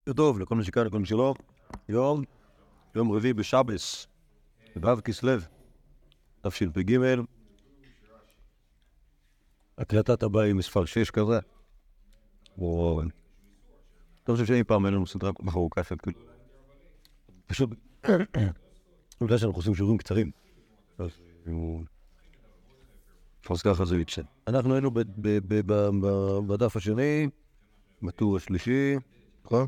טוב, לכל מי שכאן, לכל מי שלא. יום רביעי בשבס, בו' כסלו, תשפ"ג. הקלטת הבאה היא מספר 6 כזה. אתה חושב שאי פעם אין לנו סדרה כל כך ארוכה של כאילו. פשוט, עובדה שאנחנו עושים שיעורים קצרים. אז ככה זה יצא. אנחנו היינו בדף השני, בטור השלישי, נכון?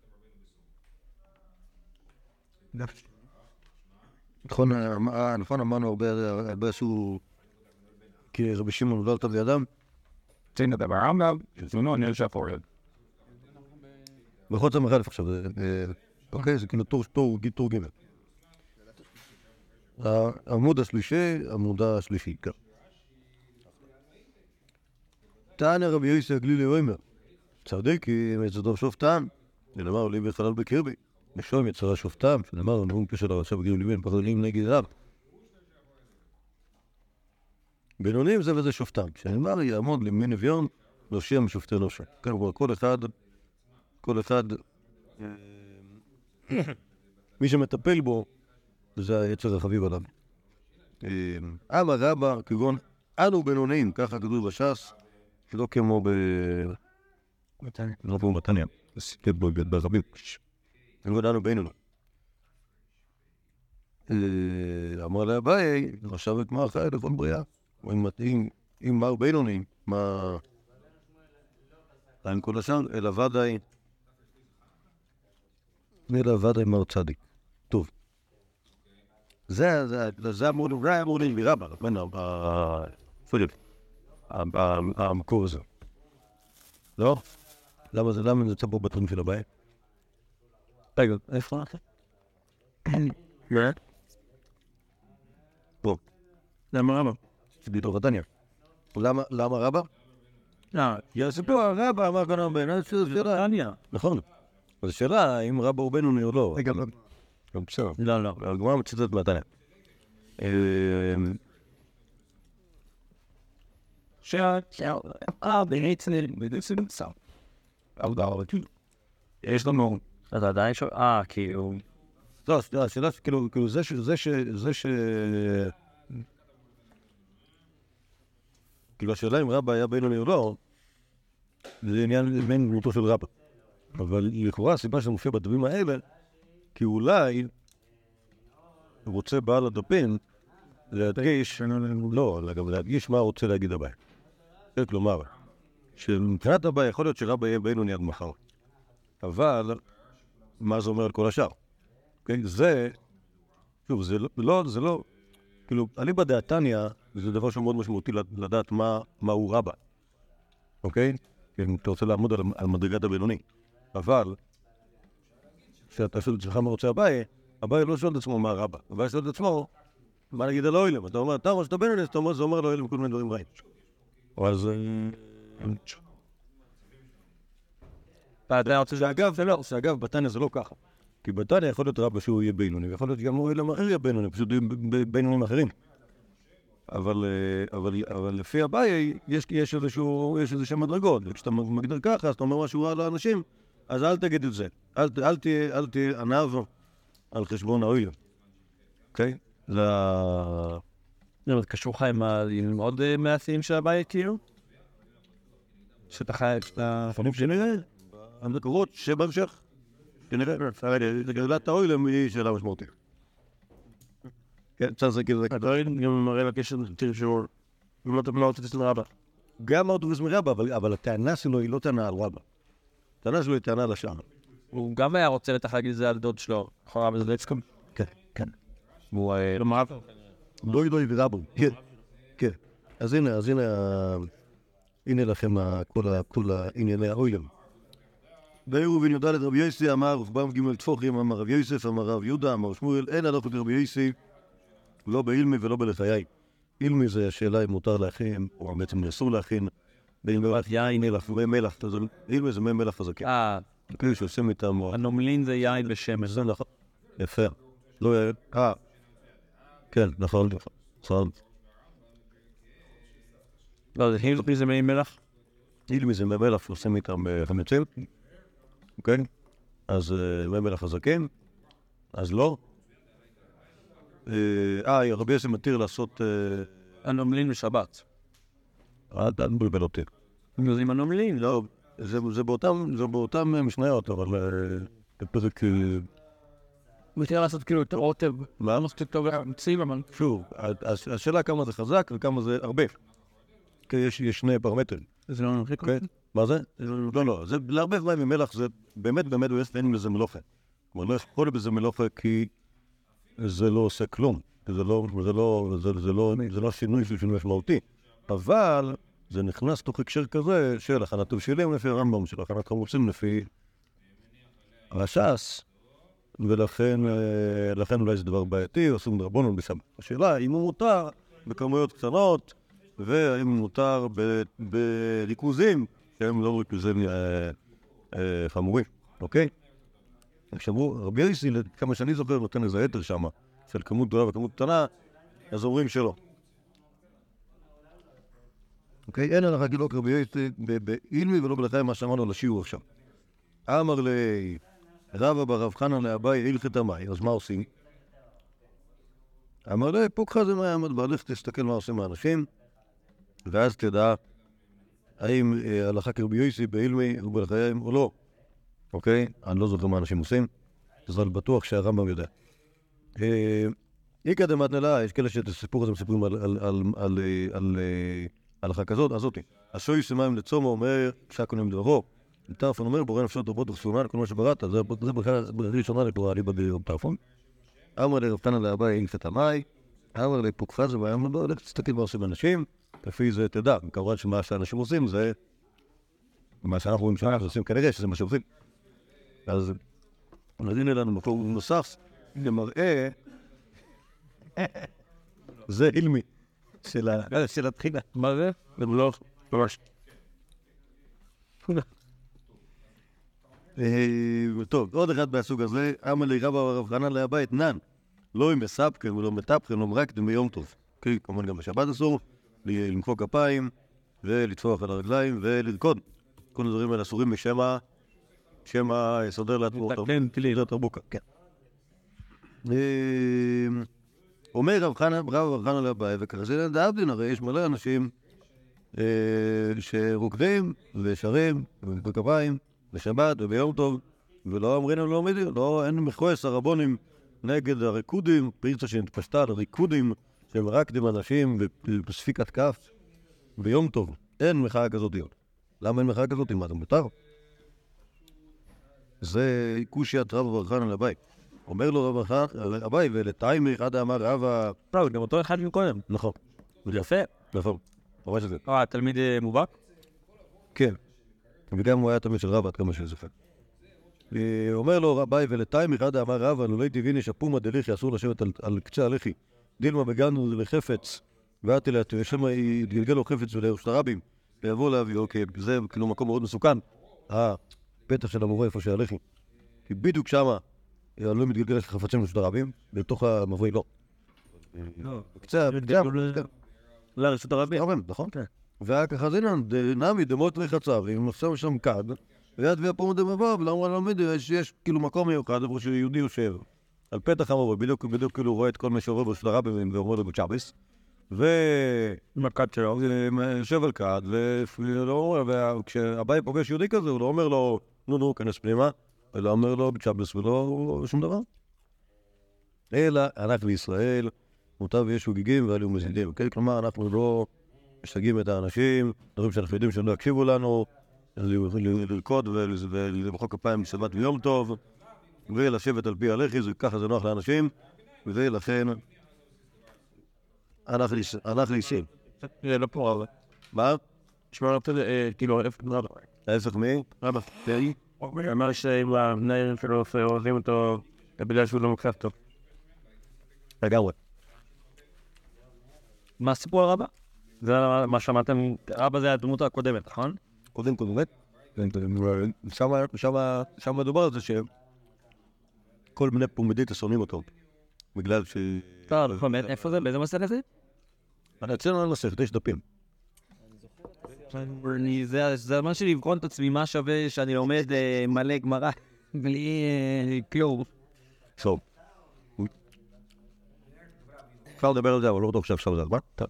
נכון, אמרנו הרבה עשו כי רבי שמעון לא עלתה בידם. תן את הרמב"ם, שזונו נרשע פורד. בכל זאת מחלף עכשיו, אוקיי, זה כאילו טור ג'. העמוד השלישי, כן. טען רבי יוסי הגלילי אומר, צדיקי מצדו שופטם, ונאמר לי בחלל בקרבי, משום יצרה שופטם, שנאמר נאום פשע לרשע בקרבי ליבין, פחדונים נגד אליו. בינונים זה וזה שופטם, שנאמר יעמוד לימין אביון, להושיע משופטי נפשו. כן, כל אחד, מי שמטפל בו, זה היצר החביב עליו. אמר רבא, כגון אנו בינוניים, ככה כתוב בש"ס, לא כמו מתניה, ספק ברבים. כגון אנו בינוניים. אמר לאביי, עכשיו את מה חי לכל בריאה. אם מר בינוניים, מה... עם כל השאר, אלא ודאי מר צדיק. טוב. זה אמור לי מרבא, המקור הזה. לא? למה זה נמצא פה בתחום של הבית? רגע, איפה אנחנו? פה. למה רבא? שביתו רתניה. למה רבא? יספר רבא, מה קנה בן? רתניה. נכון. אז השאלה, אם רבא הוא בינוני או לא. רגע, לא. בסדר. לא. הגמרא מצטטת מהתניא. בעצם, יש לנו... אתה עדיין שואל? כאילו... לא, השאלה כאילו זה כאילו השאלה אם רבא היה בינוני או לא, זה עניין בין דמותו של רבא. אבל לכאורה הסיבה שזה מופיע בדברים האלה, כי אולי רוצה בעל הדפים להדגיש, גם להדגיש מה רוצה להגיד הבא. כלומר, שמבחינת הבא יכול להיות שרבא יהיה בינוני עד מחר. אבל, מה זה אומר על כל השאר? זה, שוב, זה לא, כאילו, אליבא דעתניא, זה דבר שמאוד משמעותי לדעת מה הוא רבא. אוקיי? כי אתה רוצה לעמוד על מדרגת הבינוני. אבל, כשאתה שואל את שלך מה רוצה הבאי לא שואל את עצמו מה רבא. הבאי שואל את עצמו, מה נגיד על אוילם? אתה אומר, אתה אומר שאתה בינוני, אתה אומר, זה אומר לו אוילם כל מיני דברים רעים. אז... שאגב, בתניא זה לא ככה. כי בתניא יכול להיות רבא שהוא יהיה בינוני, ויכול להיות גם אוילם אחר יהיה בינוני, פשוט בינונים אחרים. אבל לפי הבאי יש איזה מדרגות, וכשאתה מגדיר ככה, אז אתה אומר משהו רע לאנשים, אז אל תגיד את זה. אל תהיה ענב על חשבון האוילם. אוקיי? זה קשור לך עם עוד מעשים של הבית, כאילו? שאתה חי את הפנים שנראה, המקורות שבהמשך, שנראה, לגדלת האוילם היא שאלה משמעותית. כן, אפשר זה כאילו... אתה גם מראה לקשר תרשור, אם אתה לא תתס לרבא. גם האוטובוס מרבא, אבל הטענה שלו היא לא טענה על רבא. הטענה שלו היא טענה על השאר. הוא גם היה רוצה לתך להגיד את זה על דוד שלו, נכון רבא זה לצקום? כן. והוא לא מרבא? דוי ורבו, כן. אז הנה לכם כל ענייני האוילם. בעירובין י"ד רבי יוסי אמר, ופעם ג' תפוחים אמר רב יוסף, אמר רב יהודה, אמר שמואל, אין הלכות רבי יוסי, לא באילמי ולא בלחיי. אילמי זה השאלה אם מותר להכין, או בעצם אסור להכין, יין מלח, אילמי זה מי מלח חזקים. כאילו שעושים איתם... הנומלין זה יין בשמש. זה נכון. יפה. לא יין. כן, נכון. לא, אילמי זה מי מלח? אילמי זה מי מלח שעושים איתם חמצים. אוקיי? אז מי מלך חזקים, אז לא. רבי יוסי מתיר לעשות... הנומלין בשבת. אל תבלבל אותי. יודעים הנומלין? לא, זה באותם משניות, אבל בפרק... מתיר לעשות כאילו את רוטב. מה? לא סתיק טוב להמציא, אבל... שוב, השאלה כמה זה חזק וכמה זה הרבה. כי יש שני פרמטרים. זה לא נמחיק? מה זה? לא, זה להרבה מים ממלח, זה באמת אין לזה מלוכה. כלומר, לא יכול בזה מלוכה כי זה לא עושה כלום. זה לא שינוי של שינוי משמעותי. אבל זה נכנס תוך הקשר כזה של הכנת תבשילים לפי הרמב"ם, של הכנת חמוצים לפי הש"ס, ולכן אולי זה דבר בעייתי, עושים דרבנן בשבת. השאלה אם הוא מותר בכמויות קטנות, והאם הוא מותר בריכוזים שהם לא ריכוזים חמורים, אוקיי? כשאמרו, רבי יוסי, כמה שאני זוכר, נותן איזה יתר שם, של כמות גדולה וכמות קטנה, אז אומרים שלא. אוקיי? אין הלכה גילוק רבי יוסי באילמי ולא בלחיים מה שאמרנו על השיעור עכשיו. אמר לי, רבא ברב חנן לאביי הלכת מים, אז מה עושים? אמר לי, פוקחה זה מים, הלך תסתכל מה עושים האנשים, ואז תדע האם הלכה כרבי יוסי באילמי ובלחיים או לא. אוקיי? אני לא זוכר מה אנשים עושים, אבל בטוח שהרמב"ם יודע. איקא דמתנלה, יש כאלה שאת הסיפור הזה מספרים על הלכה כזאת, אז אותי. השוי מים לצומו אומר, שקונים דברו. טרפון אומר, בורא נפשות רבות וחסונה, כל מה שבראת, זה בכלל ראשונה לקרוא אליבא טרפון. אמר לרב חנן לאביי הלכת מים, אמר לפוקחה זה מים, לא, לך תסתכל מה עושים אנשים, לפי זה תדע. כמובן שמה שאנשים עושים זה מה שאנחנו רואים שאנחנו עושים כנראה שזה מה שעושים. אז נדין אלינו מקום נוסף, למראה, זה אילמי של התחילה. מה זה? זה לא ממש. טוב, עוד אחד מהסוג הזה, אמר לי רבא רב חנן לאביי אתנן, לא עם מספקן ולא מטפחן, לא מרקדן ביום טוב. כמובן גם בשבת אסור, למחוא כפיים ולטפוח על הרגליים ולרקוד. כל הדברים האלה אסורים שמא יסדר לעצמו תרבוקה. כן. אומר רב חנן לאביי, וכזה דאבדין, הרי יש מלא אנשים שרוקדים ושרים וכפיים בשבת וביום טוב, ולא אומרים להם לא עומדים, אין מחוס הרבונים נגד הריקודים, פריצה שנתפשטה על הריקודים שהם רקדים אנשים בספיקת כף ביום טוב. אין מחאה כזאת להיות. למה אין מחאה כזאת? מה זה מותר? זה קושיית רבא בר חנן לאביי. אומר לו רבא חנן לאביי, ולטיימי אחד אמר רבא... לא, גם אותו אחד מקודם. נכון. יפה. נכון. ממש זה. תלמיד מובהק? כן. וגם הוא היה תלמיד של רבא, עד כמה שאני זוכר. אומר לו רביי, ולטיימי אחד אמר רבא, לולי טבעיני שפומא דליכי, אסור לשבת על קצה הלחי. דילמה בגנו לחפץ, ואתי לה, שמה יתגלגל לו חפץ ולרשתרבים, ויבוא להביא, אוקיי, זה כאילו מקום מאוד מסוכן. הפתח של המורה איפה שהלחי. כי בדיוק שמה, לא מתגלגל חפצים לרשתרבים, בתוך המבוי לא. קצה, לרשות הרבים. נכון? וככה אז הנה, נמי דמות לחצב, אם עושה שם כד, ויד ויפום דמבוא, ולאמרה למד, יש כאילו מקום מיוחד, איפה שיהודי יושב. על פתח המבוא, בדיוק כאילו רואה את כל מי שעובר ברשות הרבים, ואומר לו בצ'אבס, ומקד שלו. יושב על כד, וכשהבאי פוגש יהודי כזה, הוא לא אומר לו, נו, כנס פנימה, אלא אומר לו בצ'אבס ולא שום דבר. אלא, אנחנו לישראל, מותר ויש חוגגים ועליו מזידים. כלומר, אנחנו לא משתגעים את האנשים, דברים שאנחנו יודעים שהם לא יקשיבו לנו, לרקוד ולמחוא כפיים בשבת ויום טוב, ולשבת על פי הלחי, ככה זה נוח לאנשים, ולכן אנחנו אישים. זה לא פה, אבל. מה? שמע לא פתאום, כאילו, ההפך מי? רבא, תראי. אמר שאם המנהל שלו עוזבים אותו, בגלל שהוא לא מקצת טוב. לגמרי. מה הסיפור הרבא? זה מה שאמרתם, רבא זה הדמות הקודמת, נכון? קודם כל באמת, שם מדובר על זה שכל מיני פומדית שונאים אותו, בגלל ש... טוב, איפה זה? באיזה מסך זה? אני אצלנו על מסך, יש דפים. זה הזמן שלי לבחון את עצמי מה שווה שאני לומד מלא גמרא. בלי כלום. טוב. אפשר לדבר על זה, אבל לא בטוח שעכשיו זה הזמן. טוב.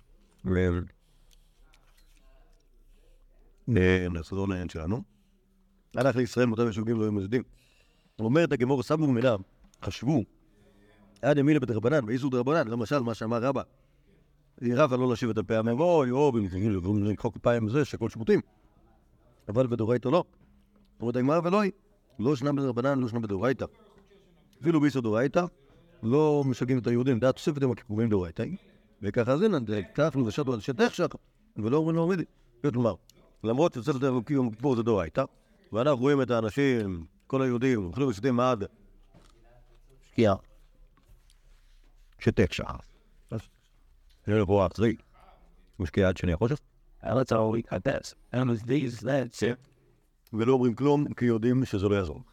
נחזור לעניין שלנו. הלך לישראל מותם ושוגים לא היו מזדים. אומרת הגמור סבו במילה, חשבו, עד ימינה בדרבנן, ואיסור דרבנן, למשל מה שאמר רבא, רבא לא להשיב את הפעמים, או במתגעים למחוק פעם זה, שכל שמותים. אבל בדורייתא לא. אומרת הגמרא ולא, לא שנה בדרבנן, לא שנה בדורייתא. אפילו באיסור דורייתא, לא משגעים את היהודים, דעת תוספת הם הכיפורים דורייתא. וככה זה נדע, כך נדשתו על שטח שח, ולא אומרים לו עומדי. כלומר, למרות שצריך לדעת יום כיפור זה דורייתא, ואנחנו רואים את האנשים, כל היהודים, אוכלים ושותים עד שקיעה. שתק שעה. אז זה לא פה אחרי. משקיעה עד שני החושך. ולא אומרים כלום, כי יודעים שזה לא יעזור.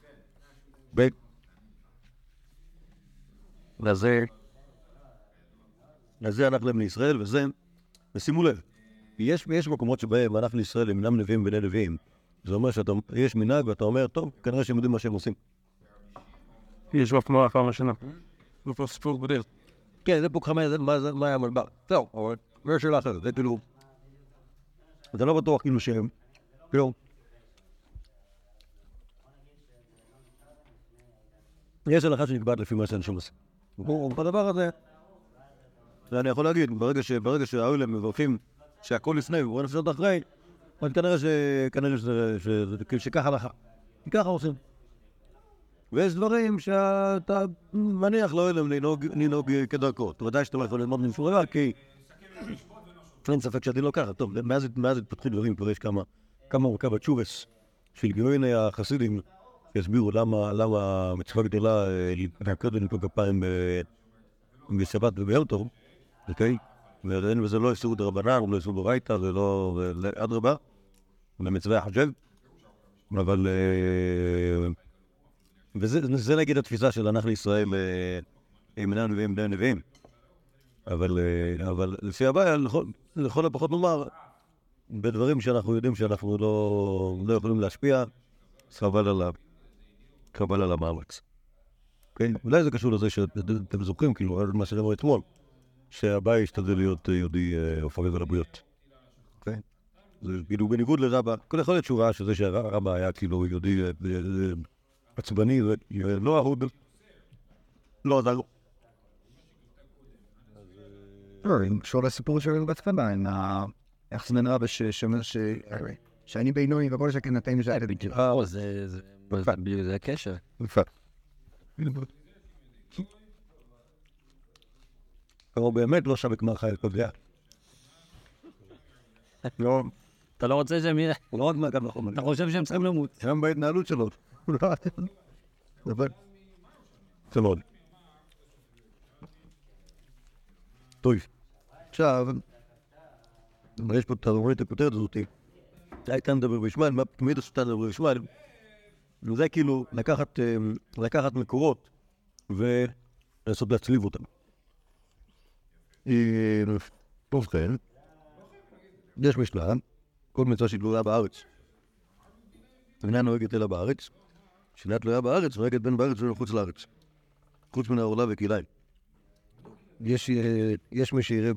לזה הלך להם לישראל, וזה, ושימו לב, יש מקומות שבהם הלך לישראל הם אינם נביאים בני נביאים. זה אומר שיש מנהג ואתה אומר, טוב, כנראה שהם יודעים מה שהם עושים. יש בפנוע פעם השנה. זה פה סיפור בדרך. כן, זה פה חמי, מה היה מלבר? טוב, אבל זה שאלה אחרת, זה כאילו... אתה לא בטוח כאילו שהם... כאילו... יש הלכה שנקבעת לפי מה שאנשים עושים. בדבר הזה... אני יכול להגיד, ברגע שהאוילם מברכים שהכל לפני ובוא נפסות אחרי, אז כנראה שככה הלכה. ככה עושים. ויש דברים שאתה מניח לאוילם לנהוג כדרכו. ודאי שאתה לא יכול ללמוד מפורר, כי אין ספק שהדין לא ככה. טוב, מאז התפתחו דברים, כבר יש כמה מורכב התשובס של גאוני החסידים, שיסבירו למה מצווה גדולה להקוד ולנקוד כפיים בשבת וביום טוב, אוקיי? וזה לא איסור דרבנן, לא איסור דורייתא, זה לא אדרבה, למצווה החשב, אבל... וזה נגיד התפיסה של הלך לישראל עם בני הנביאים בני הנביאים. אבל לפי הבעיה, לכל הפחות נאמר, בדברים שאנחנו יודעים שאנחנו לא יכולים להשפיע, חבל על המאמץ. אולי זה קשור לזה שאתם זוכרים, כאילו, מה שאמרו אתמול, שהבעיה ישתדל להיות יהודי הופך על הבריות. זה כאילו בניגוד לרבא, כל יכול להיות שהוא ראה שזה שהרבא היה כאילו יהודי עצבני ולא אהוד, לא עזר. קשור לסיפור שלנו בצבא, איך זה נראה שאומר שאני בינוני וכל שכן נתאים זה בדיוק. זה הקשר. הוא באמת לא שווה כמו חייל קובע. אתה לא רוצה שהם יראה. הוא לא רק מהגב לחומר. אתה חושב שהם צריכים למות. הם בהתנהלות שלו. זה מאוד. טוב. עכשיו, יש פה את הכותרת הזאת. הייתה נדבר בישמעאל, מה תמיד עשתה נדבר בישמעאל. וזה כאילו לקחת מקורות ולנסות להצליב אותם. טוב כן, יש משנה, כל מצווה שהיא תלויה בארץ. אינה נוהגת אלא בארץ, שאינה תלויה בארץ, נוהגת בין בארץ ובין חוץ לארץ. חוץ מן העורלה וכליים. יש מי שיראה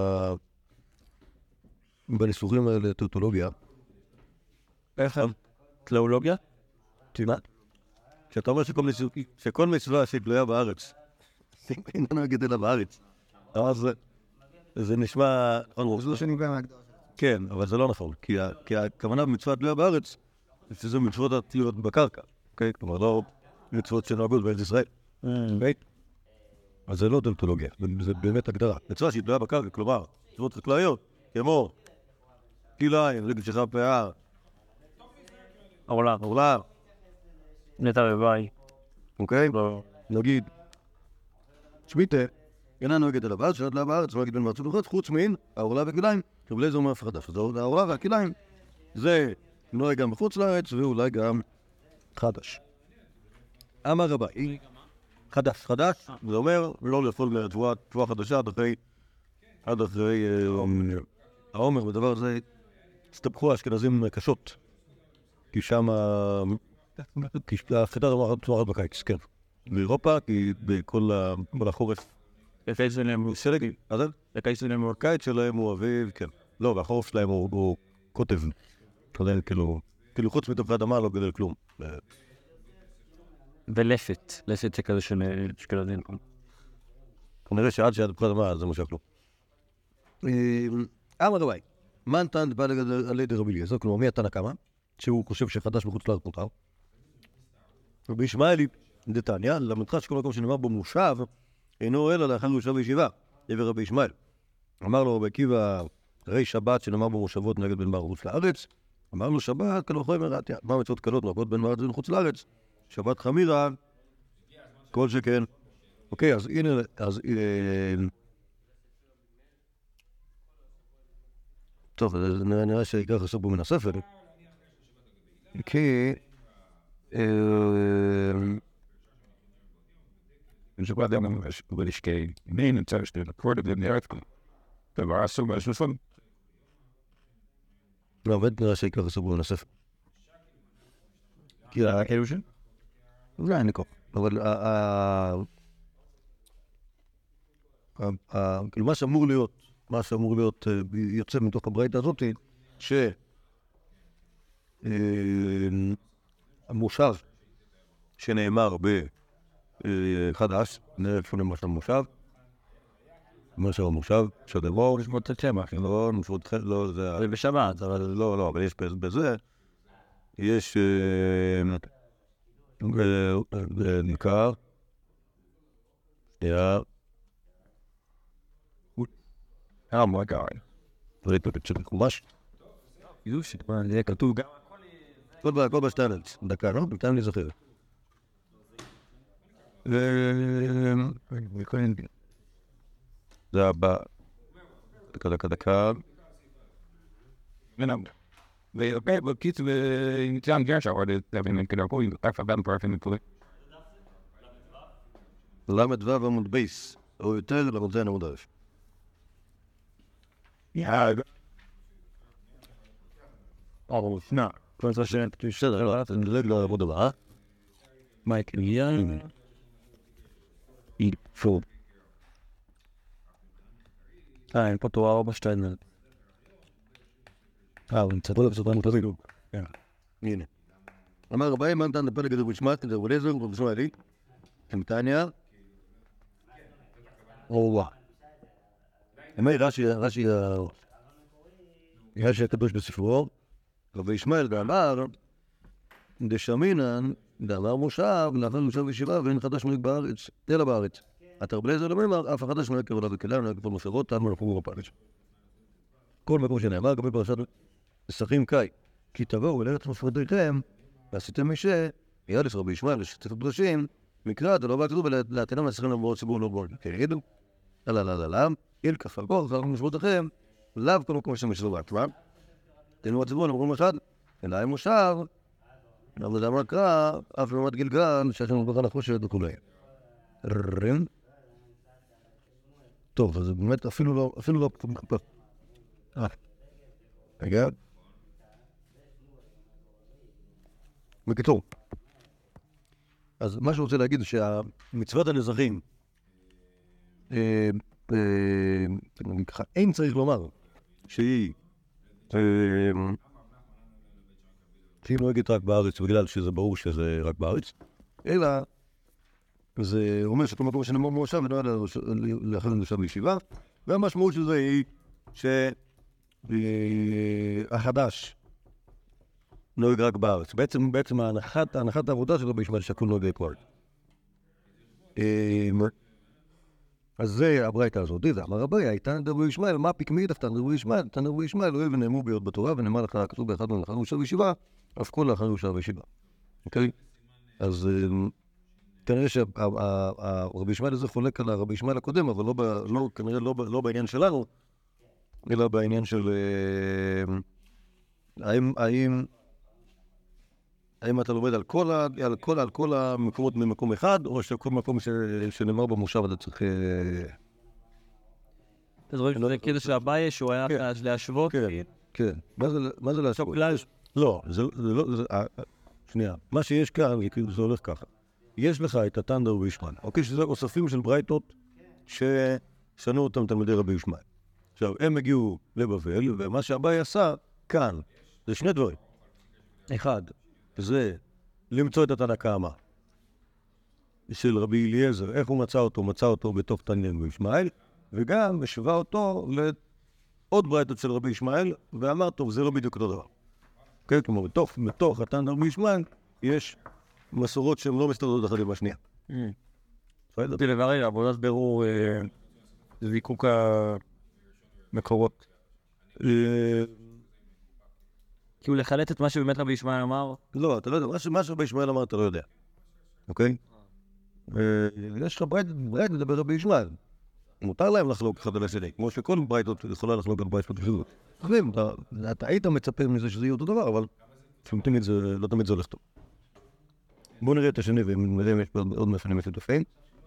בניסוחים האלה טאוטולוגיה. איך? תלאולוגיה? תשמע, כשאתה אומר שכל מצווה שהיא תלויה בארץ, אינה נוהגת אלא בארץ, אז זה נשמע... זה לא שאני בא מהגדרה. כן, אבל זה לא נכון, כי הכוונה במצוות תלויה בארץ, שזה מצוות התלויות בקרקע, אוקיי? כלומר, לא מצוות שנוהגות בארץ ישראל, אוקיי? אז זה לא טאוטולוגיה, זה באמת הגדרה. מצווה שהיא תלויה בקרקע, כלומר, מצוות חקלאיות, כמו כליים, רגל שלך פאה, עורלה, נטע ובי. אוקיי? נגיד, שמיטה, אינה נוהגת אלא בארץ, שאלה בארץ, נוהגת בין בארצות אחרות, חוץ מן העורלה והכליים. רבי אליעזר אומר אף חדש. אז העורלה והכליים זה נוהג גם בחוץ לארץ ואולי גם חדש. אמר רבי, חדש, זה אומר לא לפעול לתבואה חדשה עד אחרי העומר, בדבר הזה הסתבכו האשכנזים קשות, כי שם כי החיטה צומחת בקיץ, כן. באירופה, כי בכל החורף. הקיץ שלהם הוא סלגי, אז הקיץ שלהם הוא אביב, כן. לא, והחורף שלהם הוא קוטב. כאילו חוץ מתפוחי אדמה לא גדל כלום. ולפת שכזה של אשכנזים. כנראה שעד תפוחי אדמה זה מה שהכלום. אמר רבי, מן תנא דבעי על ידי רבי אליעזר, כלומר מי התנא קמא, שהוא חושב שחדש בחוץ לארץ מותר. רבי ישמעאל דתניא, למדך שכל מקום שנאמר בו מושב, אינו אלא לאחר יושב בישיבה, עבר רבי ישמעאל. אמר לו רבי עקיבא, הרי שבת שנאמר בו מושבות נגד בן מחוץ לארץ, אמר לו שבת קל וחומר רתיה. מה מצוות קלות נוהגות בין בארץ ובין חוץ לארץ? שבת חמירה, כל שכן. אוקיי, אז הנה, טוב, נראה שהעיקר חסר בו מן הספר. כי... שבת גם ולשקי מין, נמצא שתי לקורת בנהרת, דבר אסור מהשלפון. לא, באמת נראה שהעיקר חסר בו מן הספר. כי האלושן? אולי אני כוח. אבל כאילו מה שאמור להיות יוצא מתוך הברייתא הזאת, שהמושב שנאמר בחדש, נראה איפה למשל מושב, שדבור, לשמות את צמח. לא, לא, זה בשבת, אבל לא, אבל יש בזה, יש ניכר, שנייה, מה קרה? ראיתי את חומש. יושי, זה כתוב גם. כל בשטנץ, דקה, לא? בינתיים אני זוכר. זה הבא. דקה. ואוקיי, בקיץ וניצן גרשה, או דברים כאלה, פה, רק פבן פרפן וכולי. למד וו עמוד בייס, או יותר למוד עמוד א'. שנה. כל זה שאין בסדר, לא, אתה נדלג לעמוד הבא. מייקל יאן. פור. אין פה תואר בשטיינר. הוא נמצא פה לבסות רמות הזה. הנה. אמר רבי מן תנא דפלג רבי ישמעאל רבי אליעזר רבי ישמעאל מתניא. רש"י הקדוש בספרו, רבי ישמעאל ואמר דשמינן דאמר מושב לאחר מושב בישיבה ואין חדש מלך בארץ אלא בארץ. אתה רבי אליעזר אומר אף החדש מלך כבודה וכלה ונהג כבוד מושבות תנו לחובור הפארץ. כל מקום שנאמר גם בפרשת נסכים קאי כי תבואו אל ארץ מפרדיכם ועשיתם משה יאלף רבי ישמעאל לשתף בראשים מקרא דלא בא כתוב ולהתנם לסכם למרות ציבור לא בול כידו אלא אל כפלגור ואנחנו מושבותיכם לאו כל מקום שמשלבת מה? תנו הציבור למקום אחד אלא הם מושב אבל זה אמר קרא אף רמת גלגל שהשם ברכה נחושת וכולי. טוב, אז באמת אפילו לא מחפש. רגע. בקיצור. אז מה שאני רוצה להגיד זה שהמצוות הנזכים, אין צריך לומר שהיא נוהגת רק בארץ בגלל שזה ברור שזה רק בארץ, אלא זה אומר שכל מקום שנאמר במושב ונועד לאחר מושב בישיבה, והמשמעות של זה היא שהחדש נוהג רק בארץ. בעצם הנחת העבודה שלו בישמעאל שהכל נוהג רק בארץ. אז זה הברייתא הזאת, זה אמר רבי, הייתה רבי ישמעאל, מה פיקמי דווקא רבי ישמעאל? תנא רבי ישמעאל, אוהב ונאמרו ביות בתורה, ונאמר לך כתוב באחד לאחר מושב בישיבה, אף כל לאחר מושב בישיבה. אוקיי? אז כנראה שהרבי ישמעאל הזה חולק על הרבי ישמעאל הקודם, אבל כנראה לא בעניין שלנו, אלא בעניין של האם אתה לומד על כל המקומות ממקום אחד, או שכל מקום שנאמר במושב אתה צריך... אתה רואה שזה כאילו שהבעיה שהוא היה להשוות? כן. מה זה להשוות? לא, שנייה. מה שיש כאן, זה הולך ככה. יש לך את התנדר וישמעאל, אוקיי? שזה אוספים של ברייתות ששנו אותם תלמידי רבי ישמעאל. עכשיו, הם הגיעו לבבל, ומה שאביי עשה כאן, זה שני דברים. אחד, זה למצוא את התנא קמא של רבי אליעזר, איך הוא מצא אותו? מצא אותו בתוך תניא וישמעאל, וגם השווה אותו לעוד ברייתות של רבי ישמעאל, ואמר, טוב, זה לא בדיוק אותו דבר. כן, כלומר, בתוך התניא וישמעאל יש מסורות שהן לא מסתדרות אחת עם השנייה. רציתי לברר, עבודת בירור זיקוק המקורות. כאילו לחלט את מה שבאמת רבי ישמעאל אמר? לא, אתה לא יודע, מה שרבי ישמעאל אמר אתה לא יודע, אוקיי? יש לך ברייתות לדבר רבי ישמעאל. מותר להם לחלוק אחד על השני, כמו שכל ברייתות יכולה לחלוק על ברייתות אחרות. אתה היית מצפה מזה שזה יהיה אותו דבר, אבל לא תמיד זה הולך טוב. בואו נראה את השני, ונראה אם יש עוד מאפיינים משותפים.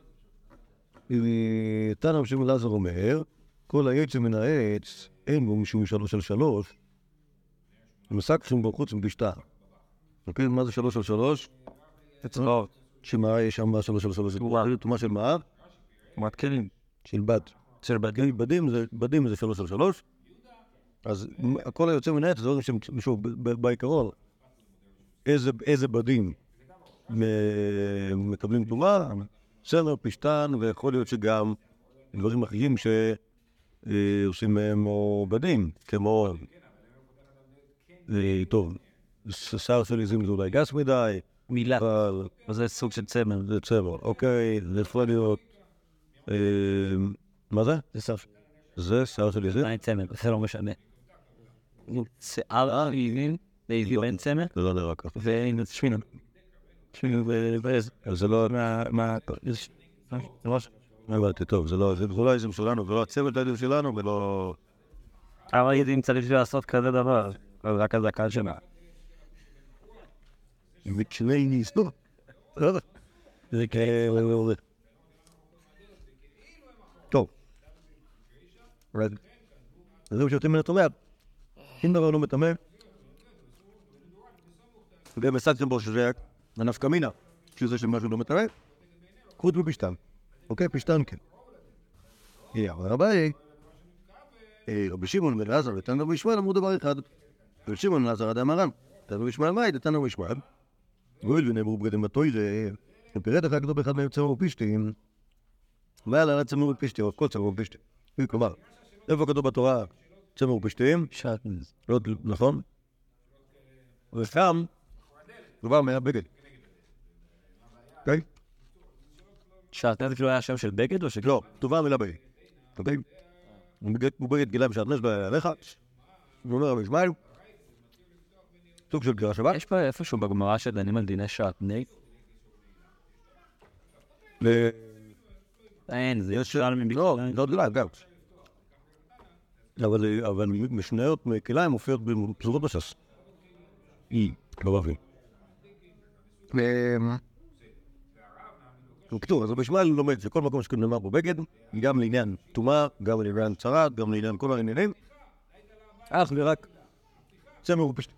תנא רבי שמעון אלעזר אומר, כל העץ מן העץ, אין בו משום 3 על 3, ומסככים בו חוץ מבשתה. אוקיי, מה זה 3 על 3? אצבעות. שמה יש שם 3 על 3? תומה של מה? תומת כלים. של בד. של בד. בדים זה 3 על 3. אז הכל היוצא מן העץ, זה דברים שוב, בעיקרון, איזה בדים מקבלים תומה, צמר, פשתן, ויכול להיות שגם דברים אחרים שעושים מהם או בדים, כמו, טוב, שר של עזים זה אולי גס מדי. מילה, וזה סוג של צמר. זה צמר, אוקיי, זה יכול להיות, מה זה? זה שר. זה שר של עזים? זה צמר, זה לא משנה. שיער עזים, זה עזים בין צמר. זה לא נראה ככה. והנה, שמינה. זה לא... מה? הבנתי, טוב, זה לא העזים שלנו, ולא הצוות העזים שלנו, ולא... אבל עזים צריך לעשות כזה דבר, רק על הקהל שלה. וקשרי ניסו. זה כאלה... טוב. זהו שיוצאים מן הטומאה. אם דבר לא מטמא, והם השגתם בו שזה הנפקא מינה, שזה שמשהו לא מטמא, חוץ מפשתן. אוקיי, פשתן כן. אבל רבי שמעון בן אלעזר ותנא רבי ישמעאל אמרו דבר אחד. רבי שמעון בן אלעזר אדם מרן, תנא רבי ישמעאל מאי דתנא רבי ישמעאל. והואיל ונאמרו בגדים בתוירה, ופירט אחר כתוב באחד מהם צמר ופשתים, והיה לה צמר ופשתים, או כל צמר ופשתים. כלומר, איפה כתוב בתורה צמר ופשתים? שעטנז. נכון? ושם דבר היה בגד. אוקיי? שעטנז כאילו היה שם של בגד או ש... לא, טובה המילה בגד. אוקיי? הוא בגד גילה בשעטנז לא היה עליך. הוא אומר רבי ישמעאל, סוג של גירה שבת. יש פה איפשהו בגמרא שדנים על דיני שעטנז? אין, זה ישאל מבקליים. לא גדולה, גם. אבל משניות מכליים מופיעות בפזורות בש"ס. לא מבין. בקיצור, אז רבי ישמעאל לומד שכל מקום שנאמר בו בגד, גם לעניין טומאה, גם לעניין צרת, גם לעניין כל העניינים, אך ורק צמר ופשתים.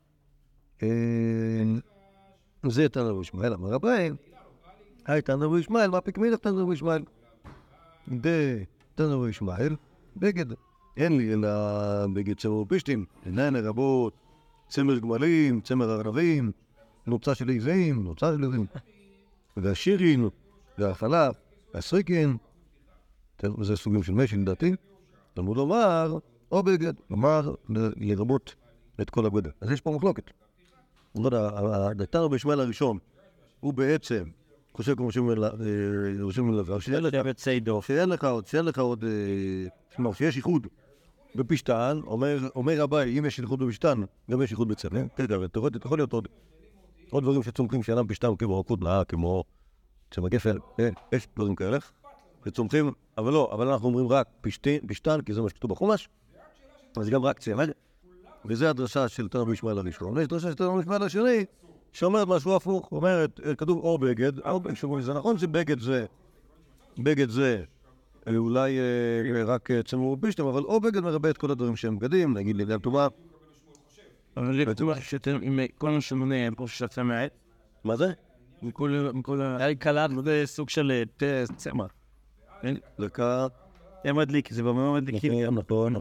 זה תנא רבי ישמעאל, אמר רבי, היי תנא רבי ישמעאל, מה פקמינך תנא רבי ישמעאל? תנא רבי ישמעאל, בגד. אין לי אלא בגד צמר ופשתים, אינן לרבות צמר גמלים, צמר ארנבים, נוצה של עזים, והשירין, והחלב, והסריקין, זה סוגים של משי לדעתי, תלמוד לומר, או בגד, לומר לרבות את כל הבגד. אז יש פה מחלוקת. לא יודע, תנא רבי ישמעאל הראשון, הוא בעצם חושב כמו רושם מלווה, שאין לך עוד, שיש ייחוד בפשתן, אומר רבי, אם יש ייחוד בפשתן, גם יש ייחוד בצמר. תאורטית, יכול להיות עוד דברים שצומחים שאינם פשתן, כמו רקוד נאה, כמו צמר גפן, יש דברים כאלה שצומחים, אבל לא, אבל אנחנו אומרים רק פשתן, כי זה מה שכתוב בחומש, אז גם רק צמר, וזה הדרשה של תנא רבי ישמעאל הראשון. יש דרשה של תנא רבי ישמעאל השני, שאומרת משהו הפוך, אומרת, כתוב או בגד, זה נכון שבגד זה אולי רק צמר ופשתים, אבל או בגד מרבה את כל הדברים שהם בגדים, נגיד לעניין טומאה, אבל זה בטוח שאתם, עם כל מה שמונה, פה שאתה מעט, מה זה? מכל היה לי קלט, זה סוג של צמח. דקה. הם מדליק, זה במאוד מדליקים. נכון.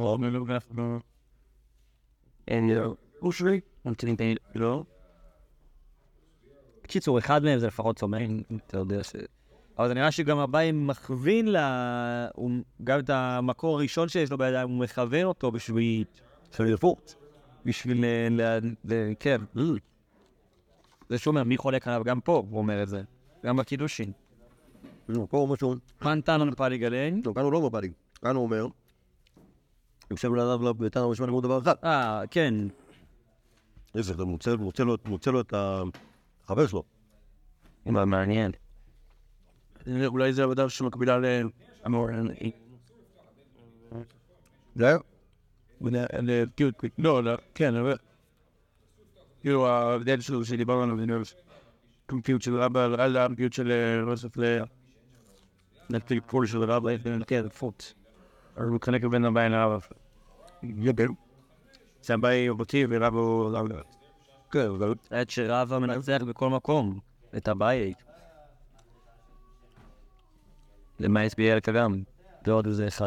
אין לו. אושרי? ממתינים פעיל. לא? בקיצור, אחד מהם זה לפחות צומח, אתה יודע ש... אבל זה נראה שגם הבאים מכווין גם את המקור הראשון שיש לו בידיים, הוא מכוון אותו בשביל... בשביל כן. זה שאומר, מי חולק עליו? גם פה, הוא אומר את זה. גם בקידושין. פה הוא משהו. כאן תנו לפעלי גליין. לא, כאן הוא לא מפליג. כאן הוא אומר, יושב לעליו לביתנו משמע לימוד דבר אחד. כן. איזה, אתה מוצא לו את החבר שלו. מה מעניין. אולי זה עבודה שמקבילה לאמור. זה? לא, כן, אבל... כאילו, ההבדל שלו שדיברנו עליו, זה נראה קומפיוט של רבא, על הקומפיוט של רוסף לפול של רבא, כן, פוט. הוא מתחלק בין הבאים לרבא. זה הבאי אותי ורבא הוא רבא. כן, אבל... עד שרבא מנצח בכל מקום, את הבאי. למה הסביע לקדם? ועוד איזה אחד.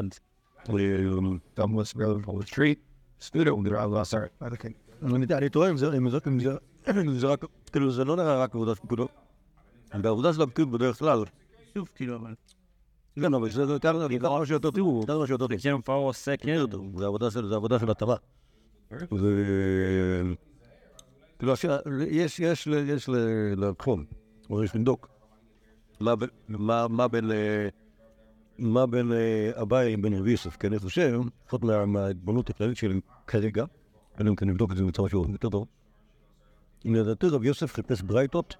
אני טועה אם זה רק, כאילו זה לא נראה רק עבודה של פקודו. בעבודה של הפקיד בדרך כלל. שוב, כאילו, אבל... כן, אבל זה כמה שיותר תראו. זה כן, פה הוא עושה כן. זה עבודה של התאמה. כאילו, יש לתחום, או יש לבדוק. מה בין אביי בין רבי יוסף, כי אני חושב, לפחות מההתבוננות הכללית שלי כרגע, אני גם נבדוק את זה בצורה שהוא יותר טוב. לדעתי רבי יוסף חיפש ברייתות,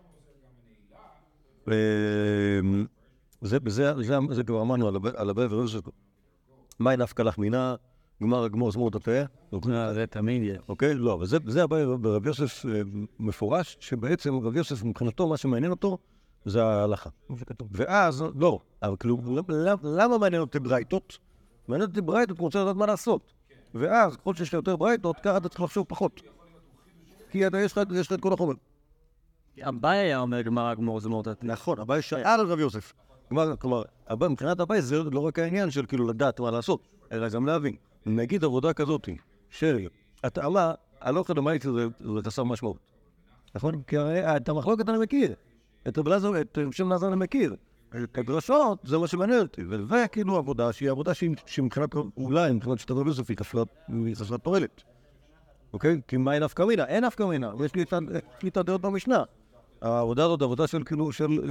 זה כבר אמרנו על אביי ורבי יוסף, מהי נפקא לך מינה, גמור זמור תתאה. זה תמיד יהיה. אוקיי? לא, אבל זה אביי ורבי יוסף מפורש, שבעצם רבי יוסף מבחינתו, מה שמעניין אותו, זה ההלכה. ואז, לא, אבל כאילו, למה מעניין אותי ברייתות? מעניין אותי ברייתות, הוא רוצה לדעת מה לעשות. ואז, ככל שיש לך יותר ברייתות, ככה אתה צריך לחשוב פחות. כי יש לך את כל החומר. אביי היה אומר גמור זמור תתאה. נכון, אביי שאל על רבי יוסף. כלומר, מבחינת אביי זה לא רק העניין של כאילו לדעת מה לעשות, אלא גם להבין. נגיד עבודה כזאת, של התאמה, הלא אקדמאית זה חסר משמעות. נכון? כי הרי את המחלוקת אני מכיר. את שם נזר אני מכיר. את הדרשות, זה מה שמעניין אותי. וזה כאילו עבודה שהיא עבודה שמבחינת, אולי מבחינת שתת רבי יוסף היא חסרת תועלת. אוקיי? כי מה אין נפקא מינה? אין נפקא מינה. יש לי את הדעות במשנה. העבודה הזאת, עבודה של כאילו,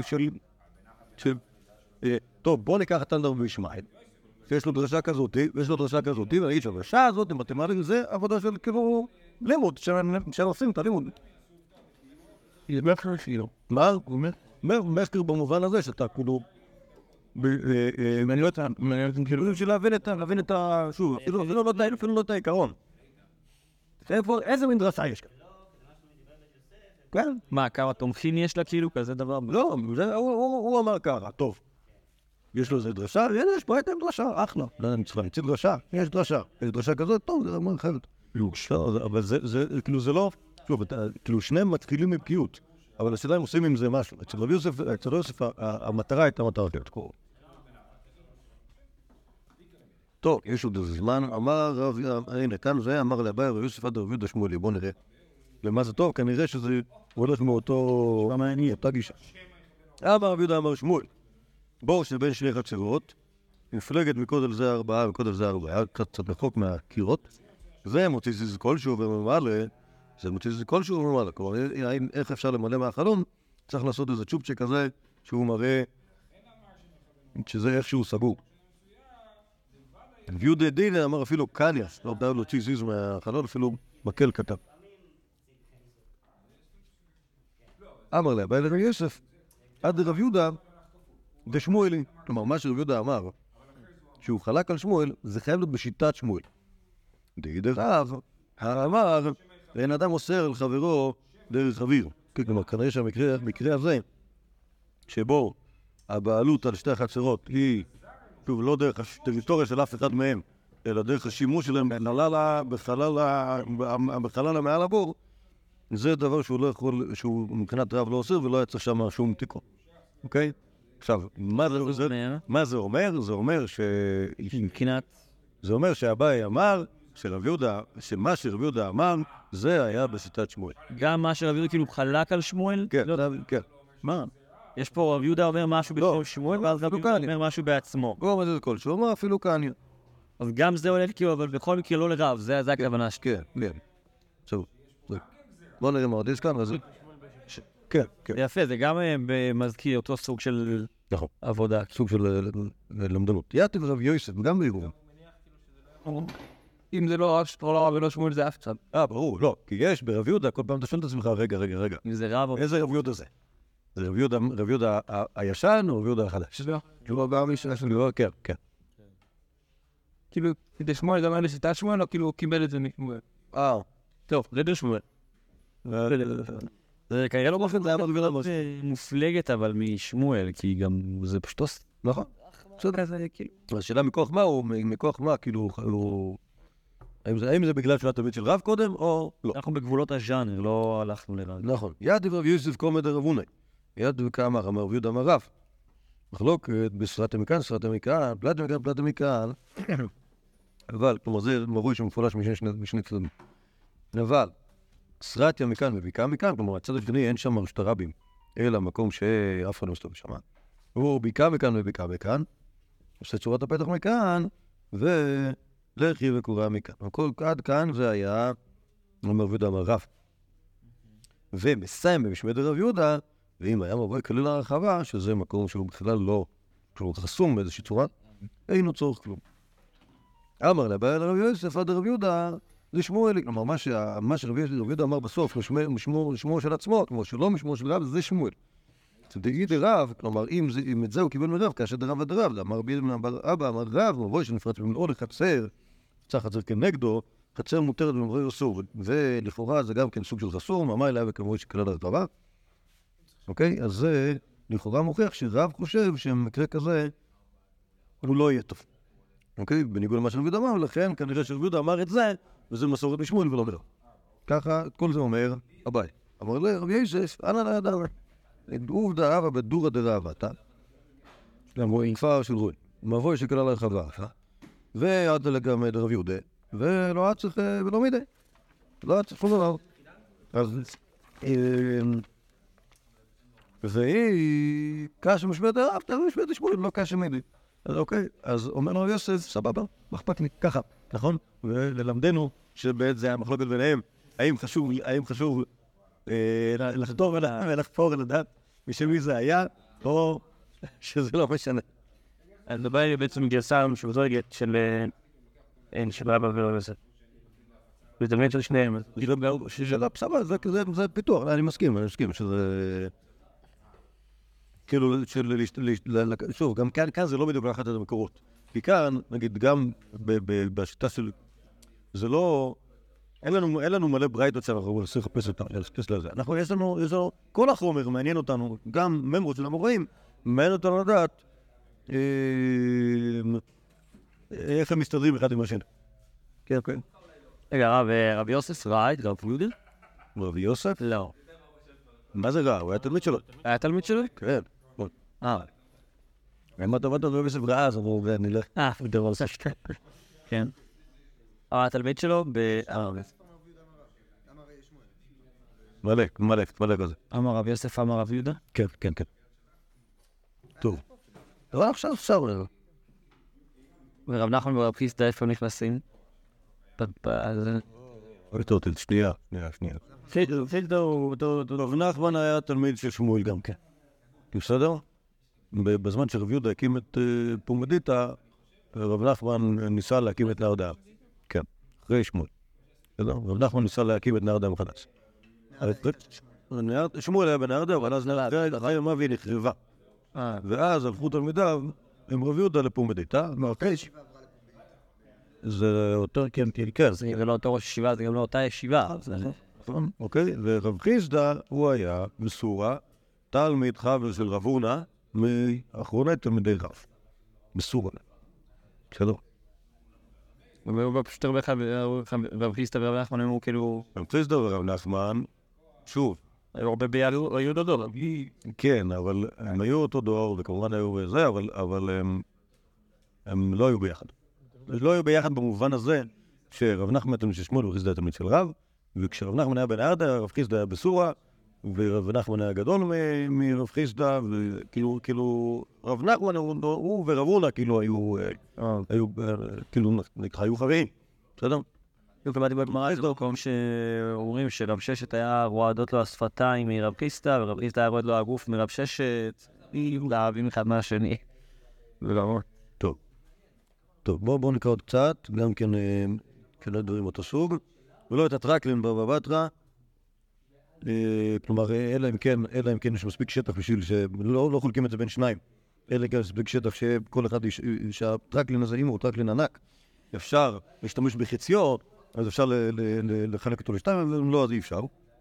טוב, בוא ניקח את תנדר וישמעאל. שיש לו דרשה כזאת, ויש לו דרשה כזאת, ונגיד שהדרשה הזאת, מתמטית, זה עבודה של כאילו לימוד, שעושים את הלימוד. זה מחקר כאילו. מה? מחקר במובן הזה שאתה כאילו... מעניין אותם כאילו... בשביל להבין את ה... שוב, אפילו לא את העיקרון. איזה מין דרשה יש כאן? כן? מה, כמה תומכים יש לה כאילו? כזה דבר? לא, הוא אמר ככה, טוב. יש לו איזה דרשה, יש פה הייתם דרשה, אחלה. לא, אני צריך להמציא דרשה, יש דרשה. יש דרשה כזאת, טוב, זה אומר אחרת. אבל זה, כאילו זה לא... שוב, כאילו שניהם מתחילים מבקיאות, אבל השאלה הם עושים עם זה משהו. אצל רבי יוסף, המטרה הייתה מטרה אחרת. טוב, יש עוד איזה זמן, אמר, הנה, כאן זה, אמר לאביי רבי יוסף עד רבי יהודה שמואלי, בוא נראה. למה זה טוב? כנראה שזה הולך מאותה גישה. אמר רבי יהודה אמר שמואל, בור שבין שני חצרות, מפלגת מקודל זה 4 וקודל זה 4, קצת רחוק מהקירות, זה מוציא זיז כלשהו וממלא, זה מוציא זיז כלשהו וממלא. כלומר, איך אפשר למלא מהחלון? צריך לעשות איזה צ'ופצ'ק כזה, שהוא מראה שזה איכשהו סגור. ויהודה דינא אמר אפילו קניאס, לא יודע להוציא זיז מהחלון, אפילו מקל כתב. אמר לאביי לרבי יוסף, עד רב יהודה דשמואלי. כלומר, מה שרב יהודה אמר, שהוא חלק על שמואל, זה חייב להיות בשיטת שמואל. דרך רב, אמר, אין אדם אוסר על חברו דרך אוויר. כלומר, כנראה שהמקרה הזה, שבו הבעלות על שתי החצרות היא, שוב, לא דרך הטריטוריה של אף אחד מהם, אלא דרך השימוש שלהם בחלל המעל הבור, זה דבר שהוא לא יכול, שהוא מבחינת רב לא עושה, ולא יצא שם שום תיקון. אוקיי? עכשיו, מה זה אומר? זה אומר מבחינת... זה אומר שאביי אמר, שמה שרב יהודה אמר, זה היה בשיטת שמואל. גם מה שרב יהודה כאילו חלק על שמואל? כן, כן. מה? יש פה רב יהודה אומר משהו בשם שמואל, ואז רב יהודה אומר משהו בעצמו. הוא אומר את זה כל שהוא אומר אפילו קניה. אז גם זה הולך כאילו, אבל בכל מקרה לא לרב, זה הכוונה שלי. כן, כן. טוב, בוא נראה מה עוד יש כאן, אז... כן, כן. יפה, זה גם מזכיר אותו סוג של עבודה. סוג של למדנות. יתיב רב יוסף, גם בעירובין. אם זה לא רב ולא שמואל זה אף אחד. ברור, לא. כי יש ברב יהודה, כל פעם אתה שואל את עצמך, רגע. אם זה רב או... איזה רב יהודה זה? זה רב יהודה הישן או רב יהודה החדש? הוא בא מישהו שלו. כן, כן. כאילו, כדי שמואל זה אומר לשיטת שמואל, או כאילו הוא קיבל את זה משמואל? טוב, זה דר שמואל. זה כנראה לא באופן, זה היה מופלגת אבל משמואל, כי גם זה פשוט... נכון. השאלה מכוח מה, כאילו, האם זה בגלל שהוא התלמיד של רב קודם, או לא? אנחנו בגבולות הז'אנר, לא הלכנו לרב. נכון. יתיב רב יוסף קומא דרב הונא. יתיב כאמר, אמר רב יהודה אמר רב. מחלוקת בסרטה מכאן, פלטה מכאן. אבל, כלומר, זה מבוי שמפולש משני צדדים. אבל, סרטיה מכאן ובקעה מכאן, כלומר, הצד השני אין שם רשת הרבים, אלא מקום שאף אחד לא מסתובב שם. הוא בקעה מכאן ובקעה מכאן, עושה צורת הפתח מכאן, ולחי וקורא מכאן. עד כאן זה היה, אומר רב יהודה אמר רב. ומסיים במשמד רב יהודה, ואם היה מבוי כליל הרחבה, שזה מקום שהוא בכלל לא, שהוא חסום באיזושהי צורה, אין לו צורך כלום. אמר לבעל רב יוסף עד רב יהודה, זה שמואל, כלומר, מה שרב יהודה אמר בסוף, משמור של עצמו, כמו שלא משמור של רב, זה שמואל. תדעי דרב, כלומר, אם את זה הוא קיבל מרב, כאשר דרב ודרב, אמר אבא, אמר רב, מבוי שנפרץ במלאו לחצר, צריך חצר כנגדו, חצר מותרת במבוי אסור, ולכאורה זה גם כן סוג של חסור, מאמר אליה וכמובן שכלל הרחבה. אוקיי? אז זה לכאורה מוכיח שרב חושב שמקרה כזה הוא לא יהיה טוב. אוקיי? בניגוד למה שרב יהודה אמר, ולכן כנראה שרב יהודה אמר את זה, וזה מסורת משמואל ולא מרב. ככה, כל זה אומר אביי. אמר לי, רב יוסף, אנא לה ידע. עובדה רבא בדורא דרבא, כפר של רוי. מבוי שכלל הרחבה. ועד גם דרב יהודה, ולא היה צריך, ולא מדי. לא היה צריך דבר. אז... והיא קשה משמעת הרב, משמעת שמואל, לא קשה מדי. אז אוקיי, אז אומר רב יוסף, סבבה, מה אכפת לי, ככה, נכון? וללמדנו שבעת זה המחלוקת ביניהם, האם חשוב לחתור ולחפור על הדת משל מי זה היה, או שזה לא משנה. אז דבר לי בעצם גרסה משובזולגת של רבא ורב יוסף. זה באמת של שניהם. סבבה, זה פיתוח, אני מסכים שזה... כאילו, שוב, גם כאן זה לא בדיוק לקחת את המקורות. כי כאן, נגיד, גם בשיטה של... זה לא... אין לנו מלא ברייתות שאנחנו רוצים לחפש אותם, לזה. יש לנו... כל החומר מעניין אותנו, גם ממרות של המוראים, מעניין אותנו לדעת איך הם מסתדרים אחד עם השני. כן, כן. רגע, רב יוסף ראה את רב יהודה? רב יוסף? לא. מה זה רע? הוא היה תלמיד שלו. היה תלמיד שלו? כן. אם אתה עובד על רב יוסף רעה, אז אני לא... דבר עושה שתי. כן. התלמיד שלו מלא כזה. אמר רב יוסף, אמר רב יהודה? כן. טוב. אבל עכשיו. ורב נחמן ורב חיסדא איפה נכנסים? שנייה. רב נחמן היה תלמיד של שמואל גם כן. בסדר? בזמן שרב יהודה הקים את פומדיתא, רב נחמן ניסה להקים את נהר דם. כן, אחרי שמואל. רב נחמן ניסה להקים את נהר דם מחדש. שמואל היה בנהר דם, אבל אז אחרי ימיו היא נחרבה. ואז הלכו תלמידיו עם רב יהודה לפומדיתא. זה יותר כן. זה לא אותו ראש ישיבה, זה גם לא אותה ישיבה. נכון, אוקיי. ורב חיסדא הוא היה בסורה תלמיד חבר של רב הונא מאחרוני תלמידי רב. בסורה. בסדר? פשוט רב חיסדא ורב נחמן הם כאילו... רב חיסדא ורב נחמן, שוב, היו הרבה היו דודות. כן, אבל הם היו אותו דור, וכמובן היו זה, אבל הם לא היו ביחד. לא היו ביחד במובן הזה שרב נחמן תלמיד של שמואל ורב חיסדא תלמיד של רב, וכשרב נחמן היה בן ארדה, רב חיסדא היה בסורה, ורב נחמן היה גדול מרב חיסדא, וכאילו רב נחמן הוא ורב הונא כאילו היו חברים, בסדר? קראתי בגמרא איזה מקום שאומרים שרב ששת היה רועדות לו השפתיים מרב חיסדא, ורב חיסדא היה רועד לו הגוף מרב ששת, להבין אחד מהשני. טוב, בואו נקרא עוד קצת, גם כן דברים אותו סוג, ולא את הטרקלין בבא בתרא, כלומר, אלא אם כן יש מספיק שטח בשביל שלא חולקים את זה בין שניים, אלא אם כן יש מספיק שטח שכל אחד, שהטרקלין הזה, אם הוא טרקלין ענק, אפשר להשתמש בחציו, אז אפשר לחלק אותו לשתיים, אבל לא, אז אי אפשר.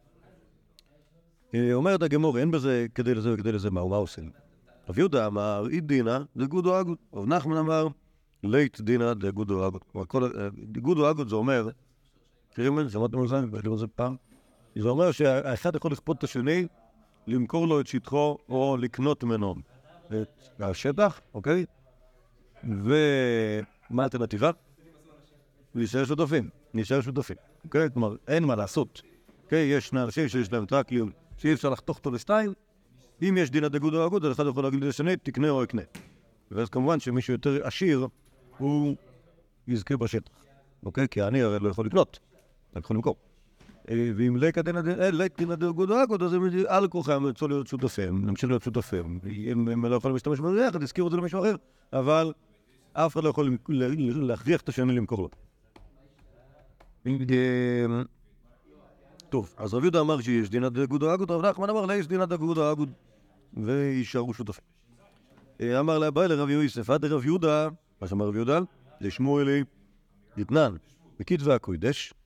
אומרת הגמור, אין בזה כדי לזה וכדי לזה, מה עושים? רב יהודה אמר, אית דינא דגודו אגוד. רב נחמן אמר, לית דינא דגודו אגוד. דגודו אגוד זה אומר, תראים את זה, שמעתם על זה? ואתם על זה פעם? זה אומר שהאחד יכול לכפות את השני, למכור לו את שטחו או לקנות ממנו את השטח, אוקיי? ומה האלטרנטיבה? להישאר שותפים, אוקיי? כלומר, אין מה לעשות. אוקיי? יש שני אנשים שיש להם טרקלין, שאי אפשר לחתוך אותו לשתיים, אם יש דינא דגודו אגוד, אז אחד יכול להגיד לשני, תקנה או יקנה. ואז כמובן שמישהו יותר עשיר, הוא יזכה בשטח, אוקיי? כי אני הרי לא יכול לקנות, אני יכול למכור. ואם לית דינא דגודו אגוד, אז הם על כורחם ירצו להיות שותפים, נמשיך להיות שותפים. אם הם לא יכולים להשתמש בזה יחד, יזכירו את זה למישהו אחר, אבל אף אחד לא יכול להכריח את השני למכור לו. טוב, אז רב יהודה אמר שיש דינא דגודו אגוד, רב נחמן אמר יש דינא דגודו אגוד, ויישארו שותפים. אמר לאביי לרב יוסף, עד רב יהודה, מה שאמר רב יהודה, לשמואלי דתנן, בכתבי הקודש,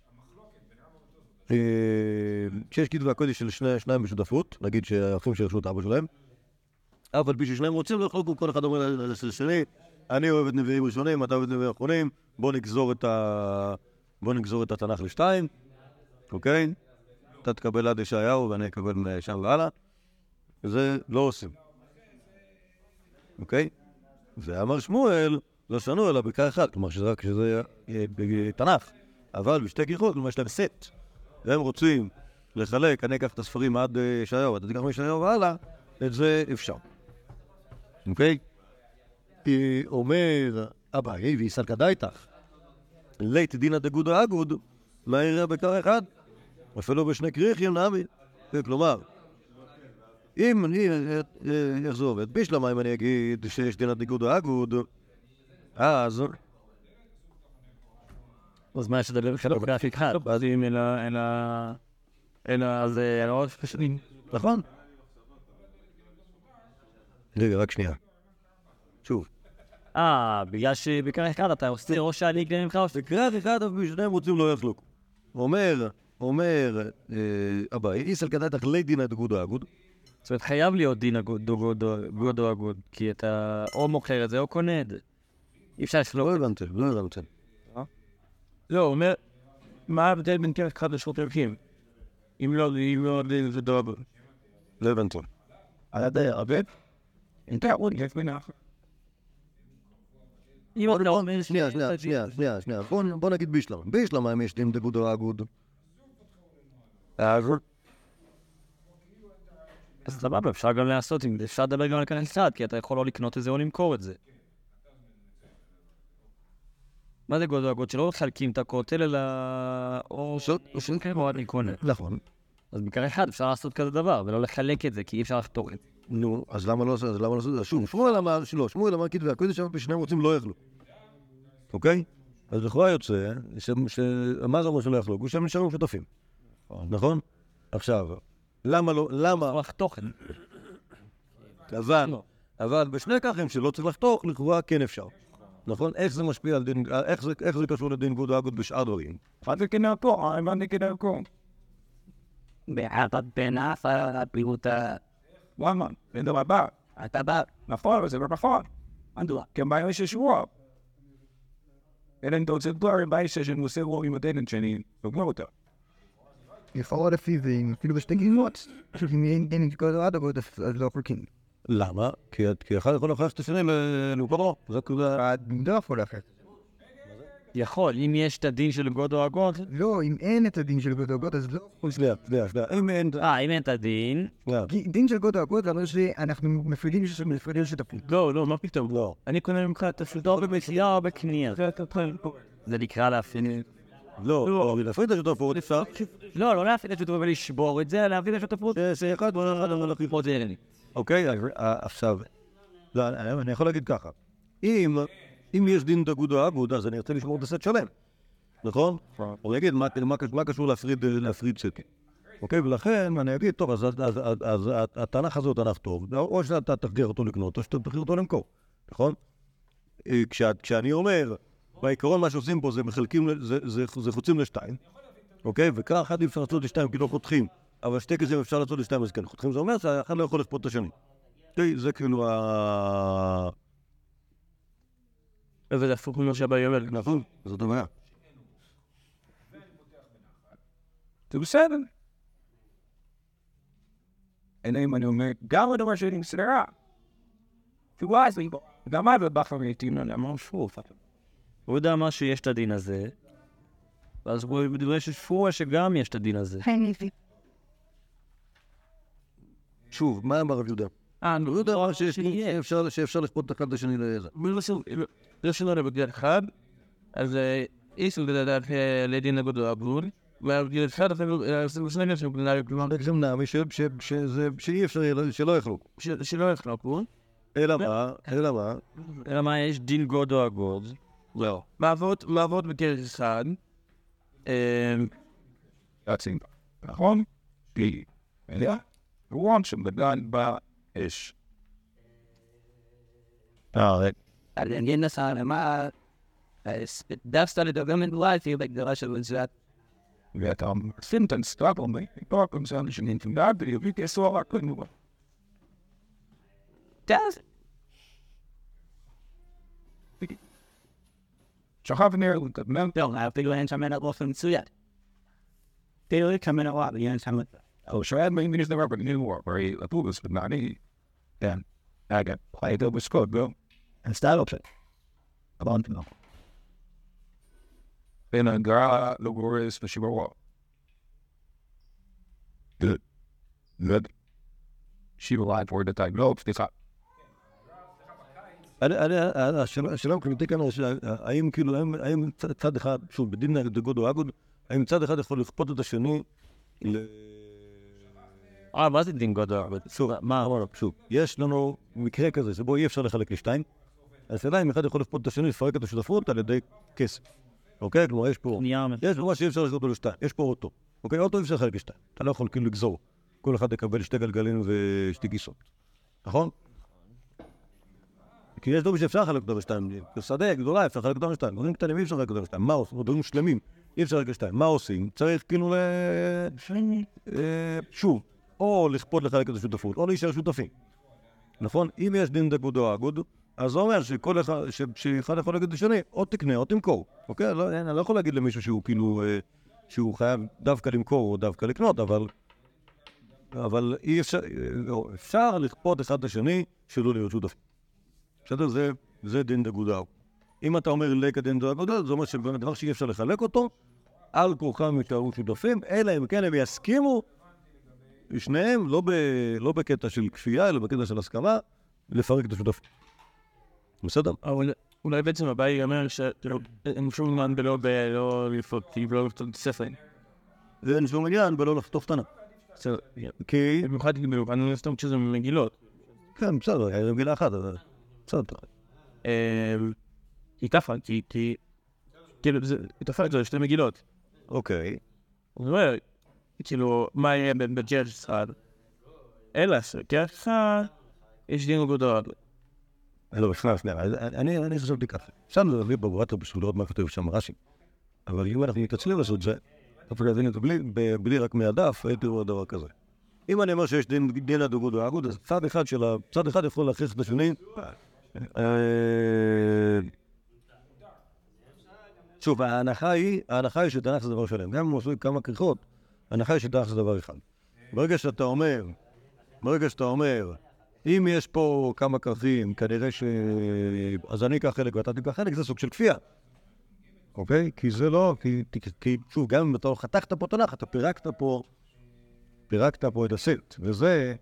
שיש כתבי הקודש של שניים בשותפות, נגיד שהאחים של רשות אבא שלהם, אבל בשביל שניים רוצים לא יחלוקו, כל אחד אומר לשני, אני אוהב את נביאים ראשונים, אתה אוהב את נביאים אחרונים, בוא נגזור את התנ"ך לשתיים, אוקיי? אתה תקבל עד ישעיהו ואני אקבל משם והלאה. זה לא עושים. אוקיי? ואמר שמואל, לא שנו אלא בכר אחד, כלומר שזה תנ"ך. אבל בשתי כיכות, כלומר יש להם סט. והם רוצים לחלק, אני אקח את הספרים עד ישעיהו, אתה תיקח מישעיהו והלאה, את זה אפשר. אוקיי? אומר אביי ויסלקא דייתך, לית דינא דגודו אגוד, מה יראה בכר אחד? אפילו בשני כריכים נמי. כלומר, אם אני אחזור את בישלמה, אם אני אגיד שיש דינא דגודו אגוד, אז מה יש לדבר חלוק כריך אחד? אז אם אלא אז עוד פשעים. נכון? רגע, רק שנייה. שוב. בגלל שבכרך אחד אתה עושה ראש שאני אקנה ממך בכרך אחד, אבל בשניהם רוצים לא יחלוק. אומר אביי, איסלקא דייתך לית דינא דגודו אגוד. זאת אומרת, חייב להיות דינא דגודו אגוד, כי אתה או מוכר את זה או קונה את זה. אי אפשר לשלוק. לא הבנתם. לא, הוא אומר, מה ההבדל בין כרך אחד לשלוש כרכים? אם לא דינא דגודו אגוד. לא הבנתם. על ידי עבד, אין עוד יש בנח. שנייה. בוא נגיד בישלמה. בישלמה אם יש דינא דגודו אגוד. אז סבבה, אפשר גם לעשות, אפשר לדבר גם על כרך אחד, כי אתה יכול לא לקנות את זה או למכור את זה. מה זה גודו אגוד? שלא מחלקים את הכותל, אלא או אני קונה. נכון. אז בכרך אחד אפשר לעשות כזה דבר, ולא לחלק את זה, כי אי אפשר לחתוך את זה. נו, אז למה לא לעשות את זה? שוב, שמואל אמר שלא, שמואל אמר כתבי הקודש שם בשניהם רוצים לא יחלוק. אוקיי? אז לכאורה יוצא, מה זה אומר שלא יחלוק? הוא שהם נשארים שותפים. נכון? עכשיו, למה לא, למה? לחתוך את זה. אבל בשני כרכים שלא צריך לחתוך, לכאורה כן אפשר. נכון? איך זה משפיע על דין, איך זה קשור לדין גודו אגוד בשאר דברים? מה זה כנראה פה? מה זה כנראה פה? בעד בנף הבריאות וואמן, אין דבר בא. אתה בא. נכון, אבל זה לא נכון. מדוע? כי הבעיה יש שבוע. אלא אם אתה רוצה דבר, בעיה שאני עושה רוב עם הדלת שאני אגמור אותה. לכאורה לפי זה, אפילו בשתי גינות, אם אין את כל הדגות, אז לא חולקים. למה? כי אחד יכול להוכיח את השני למקורו. זה כזה... לא יכול להכריח. יכול, אם יש את הדין של גודו הגוד. לא, אם אין את הדין של גודו הגוד, אז לא. שנייה. אם אין... אם אין את הדין. דין של גודו הגוד, זה אומר שאנחנו מפרידים שותפות. לא, מה פתאום? לא. אני קונה ממך את השותף במסיעה או בקנייה. זה נקרא להפעיל. לא, להפריד את השותפות אפשר. לא להפעיל את השותפות ולשבור את זה, להפעיל את השותפות. שאחד הולכים. מודרני. אוקיי, עכשיו, אני יכול להגיד ככה. אם יש דין דגודו אגוד, אז אני ארצה לשמור את הסט שלם. נכון? או אגיד, מה קשור להפריד סטים? אוקיי, ולכן אני אגיד, טוב, אז התנ"ך הזה הוא תנ"ך טוב, או שאתה תכריח אותו לקנות, או שאתה תכריח אותו למכור, נכון? כשאני אומר, בעיקרון מה שעושים פה זה מחלקים, זה חוצים לשתיים, אוקיי? וכך אחד אי אפשר לעשות לשתיים כי לא חותכים, אבל שתי כזה אפשר לעשות לשתיים, אז כן, חותכים זה אומר שאחד לא יכול לכפות את השני. זה כאילו וזה הפוך ממה שהבא יאמר. נכון, זאת אומרת. זה בסדר. אלא אם אני אומר, גם הדבר שלי מסדרה. ואז לי, גם מה בבחר ראיתים לנו, אמרו שוב. הוא יודע מה שיש את הדין הזה, ואז הוא מדבר שפורה שגם יש את הדין הזה. שוב, מה אמר רב יהודה? הוא יודע שאפשר לכפות אחד את השני לאיזה. זה שלנו בגלל אחד, אז יש לדעת לדין הגודו הגבול, ובגלל אחד זה שני גלל שבגלל כלומר. זה גם נעמי שאי אפשר, שלא יחלו. שלא יחלקו. אלא מה? אלא מה, יש דין גודו הגוד. לא. מעבוד בדרך אחד. יוצאים. נכון? כי, אליה, רון שבגן באש. אני נסע למה, דווקא לדבר מנואלתי בגדרה של זה. ואתה עושים את הנסטרפל מפה, כמו זה אנשים נתמדד, ויביא כסוע רק כנוע. שכב נר לקדמם. לא, אפילו אין שם אין באופן מצוין. תראו כמה נורא, אין שם... או שעד מין יש דבר בגנוע, הרי הפובוס בנעני, כן, אגב, חייתו בסקוט, בו. סטייל אופן. אבל לא. בין הגרה לגורס ושיברו. good. שיברו for the time. לא, סליחה. השאלה מבחינתי כאן, האם כאילו, האם צד אחד, שוב, בדין דגודו אגוד, האם צד אחד יכול לכפות את השני מה זה דין גודו אגוד? שוב, יש לנו מקרה כזה שבו אי אפשר לחלק לשתיים, השאלה אם אחד יכול לכפות את השני לפרק את השותפות על ידי כסף. אוקיי? כלומר, יש פה מה שאי אפשר לחלק אותו לשתיים, יש פה אוטו. אוקיי? אוטו אי אפשר לחלק לשתיים. אתה לא יכול כאילו לגזור. כל אחד יקבל שתי גלגלים ושתי גיסות. נכון? כי יש דברים שאפשר לחלק אותם לשתיים. שדה גדולה אפשר לחלק אותם לשתיים. דברים קטנים אי אפשר לחלק אותם לשתיים. מה עושים? דברים שלמים אי אפשר לחלק לשתיים. מה עושים? צריך כאילו שוב, או לכפות לחלק את השותפות, או להישאר שותפים. נכון? אם יש דין דגודו אגוד, אז זה אומר שאחד יכול להגיד לשני, או תקנה או תמכור. אוקיי? אני לא יכול להגיד למישהו שהוא כאילו, שהוא חייב דווקא למכור או דווקא לקנות, אבל אי אפשר לכפות אחד את השני שלא להיות שותפים. בסדר? זה דין דגודו. אם אתה אומר לק הדין דגודו, זה אומר שבדבר שאי אפשר לחלק אותו, על כורחם יקראו שותפים, אלא אם כן הם יסכימו, שניהם, לא בקטע של כפייה, אלא בקטע של הסכמה, לפרק את השותפים. בסדר? אולי בעצם הבא ייאמר שאין שום עניין בלא לפות, כי לא לפתות את ספר. ואין שום עניין בלא לחטוף תנא. כי... במיוחד אני לא סתם כשזה מגילות. כן, בסדר, היה מגילה אחת, אבל... בסדר. היא ככה, כי... כאילו, היא תפק זה שתי מגילות. אוקיי. זאת אומרת, כאילו, מה יהיה בג'רד אחד? אלא שככה, יש דין גודו. לא, בכלל, אני חשבתי ככה. אפשר להביא בגורטו בשביל לראות מה כתוב שם רש"י. אבל אם אנחנו מתעצלים לעשות זה, אפשר להבין את זה בלי רק מהדף, הייתי רואה דבר כזה. אם אני אומר שיש דין הדגודו אגוד, אז צד אחד יכול להכריח את השני. שוב, ההנחה היא שתנ"ך זה דבר שלם. גם אם הוא עשוי כמה כריכות, ההנחה היא שתנ"ך זה דבר אחד. ברגע שאתה אומר, אם יש פה כמה כרכים, כנראה אז אני אקח חלק ואתה תיקח חלק, זה סוג של כפייה. אוקיי? כי זה לא, כי שוב, גם אם אתה חתכת פה תנ"ך, אתה פירקת פה את הסט, וזה...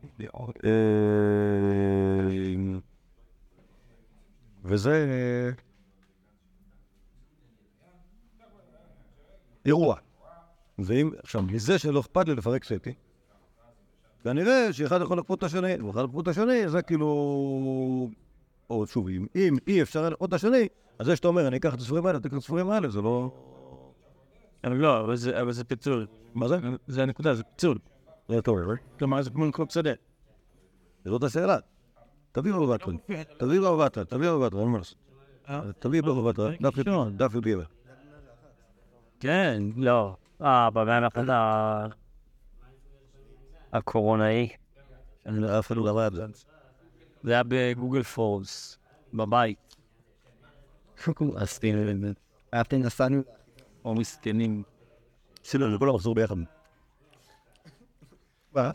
אירוע. עכשיו, מזה שלא אכפת לי לפרק סטי, כנראה שאחד יכול לכפות את השני, ואחד לכפות את השני, זה כאילו... או שוב, אם אי אפשר לכפות את השני, אז זה שאתה אומר, אני אקח את הספרים האלה, תקח את הספרים האלה, זה לא... לא, אבל זה פיצול. מה זה? זה הנקודה, זה פיצול. זה טוב, כלומר, זה כמו נקוד שדה. זאת השאלה. תביא לו בטרן, אין מה לעשות. תביא לו בטרן, דף י"ג. כן, לא. בבן אחד הקורונאי. אני אפילו לא רואה את זה. זה היה בגוגל פורס, בבית. אהבתי נסענו. או מסכנים. סילון, זה כל המחזור ביחד. מה?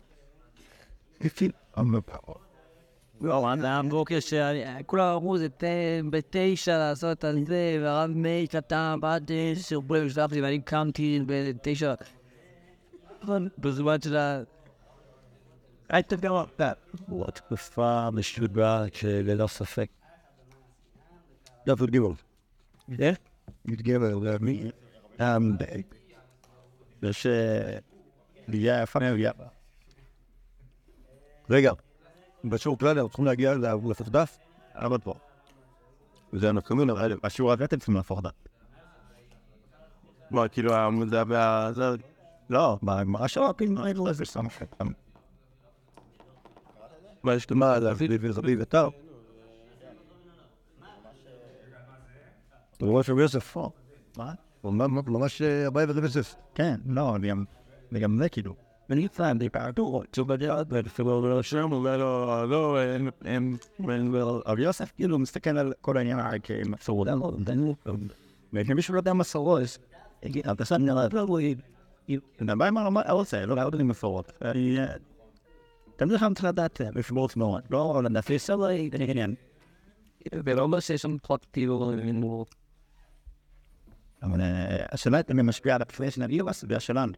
לא, זה היה בוקר שכולם אמרו, זה ב9 לעשות על זה, והרב מאיר כתב עד שרבולי ושלחתי, ואני קמתי ב9. בזמן של ה... הייתה גם אותה. תקופה משוגעת שללא ספק. דף י"ג. כן? י"ג, מי? יש... נהיה יפה מהגיעה. רגע, בשיעור כלל אנחנו צריכים להגיע להפוך דף, אבל פה. וזה הנפקמיון, אבל בשיעור הזה אתם צריכים להפוך דף. מה, כאילו, זה... לא, מה שאמרתי, מה אין לזה סתם חתם. מה יש למה להביא רבי ותר? אתה ממש רבי יוסף. מה? ממש אביי ורבי יוסף. כן, לא, וגם זה כאילו. ואני פעם דיברתו, צובדיות, ולפעמים שם, לא, אבל יוסף כאילו מסתכל על כל העניין כמסורות, ומישהו לא יודע מסורות, אתה שם נראה, נביא מה רוצה, לא יודע מסורות. תמיד לך צריך לדעת מסורות מאוד, לא לדעת סלעי, עניין. ולא אומר שיש שם פחות כאילו, אבל השאלה היא משפיעה על הפרש שנביא, והסביעה שלנו.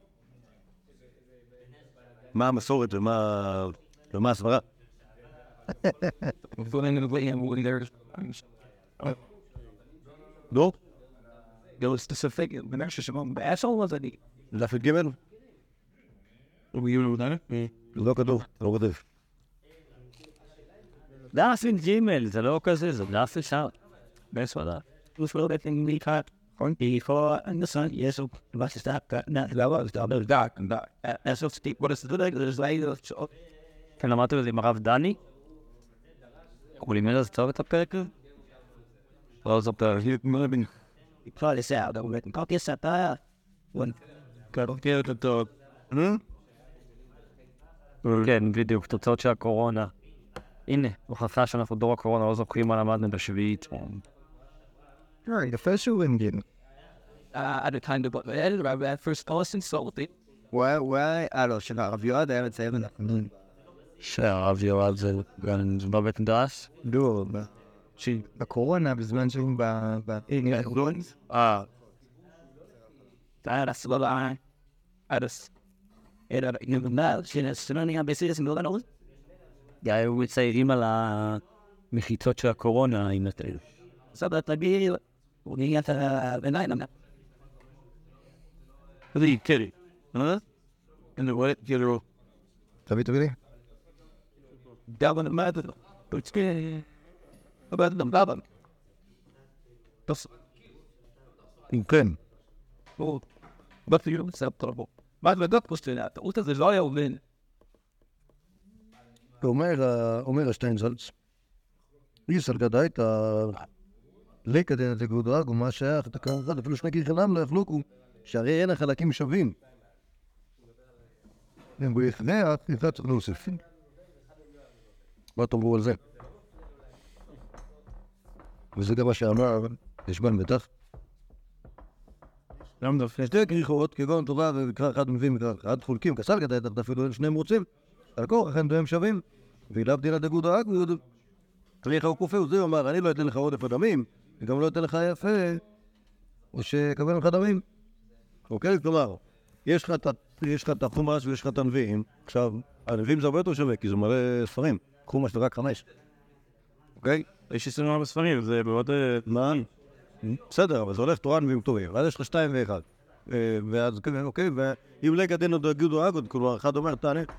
מה המסורת ומה הסברה? לא? לא ספציפי, בנראה שמם בעשל לזה. דף י"ג? לא כתוב, לא כתוב. דף י"ג, זה לא כזה, זה דף ישר. בסדר. לא בעצם לקראת. Before and the sun, yes, was is that? That dark and dark. As of steep, what is the like? There's later. כן, אמרתי לזה עם הרב דני? הוא לימד אז טוב את הפרק הזה? לא זו פרק. כבר לסער, הוא בעצם קוטי סתה. קוטי אותו. כן, בדיוק, תוצאות של הקורונה. הנה, הוכחה שאנחנו דור הקורונה, לא זוכרים מה למדנו בשביעית. יפה שהוא אינגין. At a kind of at first policy salty. וואי, לא, של הרב יועד היה מצייר אנחנו. שהרב יועד זה גם בבית מדרש? לא, בקורונה, בזמן שהוא זה היה לסבבה, era נגמר, שנהיה בסיס מאוד ענוז. היו מציירים על המחיצות של הקורונה, אם אתה... סבבה, תגיד, הוא נהיה את הביניים, זה יקרי, אני רואה כאילו... תביא לי. דאבן המאדן, פוצקי... הבאתם דאבן. אם כן. באתי יום סבב טרבו. מה זה דק פוסטנה? הטעות הזה לא היה עובד. אומר השטיינזלץ, ישראל גדאי את לקדן את הגודרג ומה שייך את הקרחת, אפילו שני כרחנם לא יחלוקו, שהרי אין החלקים שווים. והוא יכנע, יפה צריך להוסיף. מה תאמרו על זה? וזה גם מה שאמר, יש בן בטח, למה דווקא? שתי כריכות, כגון תורה וכרך אחד מביאים וכרך אחד, חולקים כסל כדי אפילו אין שניהם רוצים. על כוח, לכן והם שווים. ואילאו דינא דגודא אגוד. תריך הוא כופה, זה אומר, אני לא אתן לך עודף אדמים, וגם לא אתן לך יפה, או שכוון לך דמים. אוקיי? כלומר, יש לך את החומש ויש לך את הנביאים. עכשיו, הנביאים זה הרבה יותר שווה, כי זה מלא ספרים. חומש זה רק 5. אוקיי? יש 24 ספרים, זה מאוד... מה? בסדר, אבל זה הולך תורה נביאים כתובים, ואז יש לך 2 ו-1. ואז, אוקיי, ואם לא יגדנו דגידו אגוד, כלומר, אחד אומר,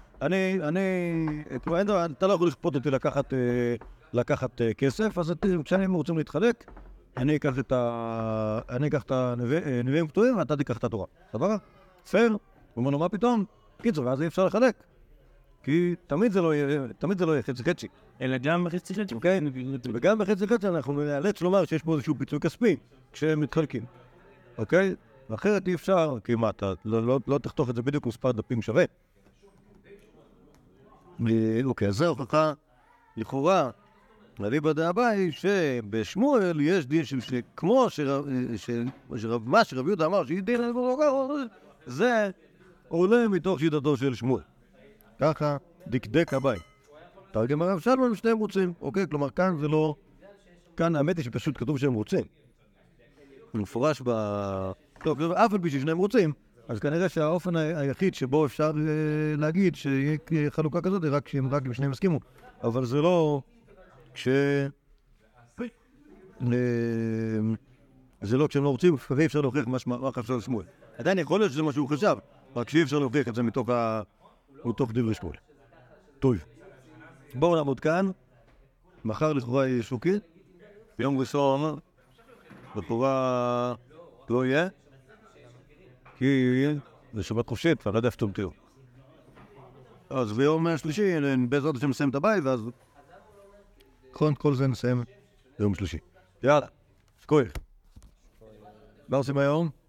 אתה לא יכול לכפות אותי לקחת כסף, אז כשאני רוצים להתחלק, אני אקח את הנביאים כתובים, ואתה תיקח את התורה. סבבה? פייר? הוא אומר לו, מה פתאום? קיצור, ואז אי אפשר לחלק. כי תמיד זה לא יהיה חצי-חצי. אלא גם בחצי חצי. כן, וגם בחצי-חצי אנחנו נאלץ לומר שיש פה איזשהו פיצוי כספי כשהם מתחלקים. אוקיי? ואחרת אי אפשר, כי מה, אתה לא תחתוך את זה בדיוק מספר דפים שווה. אוקיי, אז זה הוכחה לכאורה, אליבא דאביי, שבשמואל יש דין שכמו מה שרב יהודה אמר, שהיא דין, זה עולה מתוך שיטתו של שמואל. ככה דקדק אביי. תרגם הרב שלמן שניהם רוצים, אוקיי? כלומר, כאן זה לא... כאן האמת היא שפשוט כתוב שהם רוצים. מפורש טוב, אף על פי ששניהם רוצים, אז כנראה שהאופן היחיד שבו אפשר להגיד שיהיה חלוקה כזאת, רק אם שניהם הסכימו. אבל זה לא... זה לא כשהם לא רוצים, אי אפשר להוכיח מה חשב שמואל. עדיין יכול להיות שזה מה שהוא חשב, רק שאי אפשר להוכיח את זה מתוך דברי שמואל. טוב. בואו נעמוד כאן. מחר לכאורה יהיה שוקי. ביום ראשון לכאורה לא יהיה. כי זה שבת חופשית, ואני לא יודע איפה אתם תראו. אז ביום שלישי בעזרת השם נסיים את הבית, ואז כל זה נסיים ביום שלישי. יאללה, שכוח. מה עושים היום?